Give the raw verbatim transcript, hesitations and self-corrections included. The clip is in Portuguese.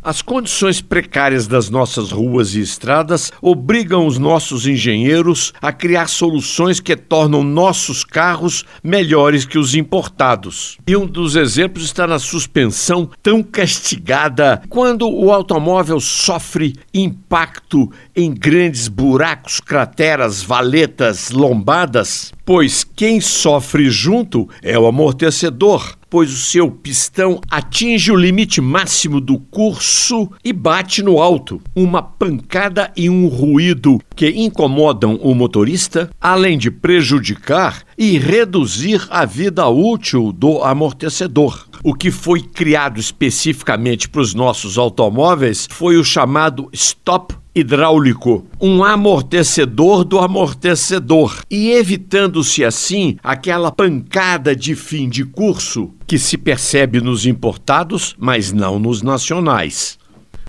As condições precárias das nossas ruas e estradas obrigam os nossos engenheiros a criar soluções que tornam nossos carros melhores que os importados. E um dos exemplos está na suspensão tão castigada quando o automóvel sofre impacto em grandes buracos, crateras, valetas, lombadas, pois quem sofre junto é o amortecedor, pois o seu pistão atinge o limite máximo do curso e bate no alto. Uma pancada e um ruído que incomodam o motorista, além de prejudicar e reduzir a vida útil do amortecedor. O que foi criado especificamente para os nossos automóveis foi o chamado stop hidráulico, um amortecedor do amortecedor, e evitando-se assim aquela pancada de fim de curso que se percebe nos importados, mas não nos nacionais.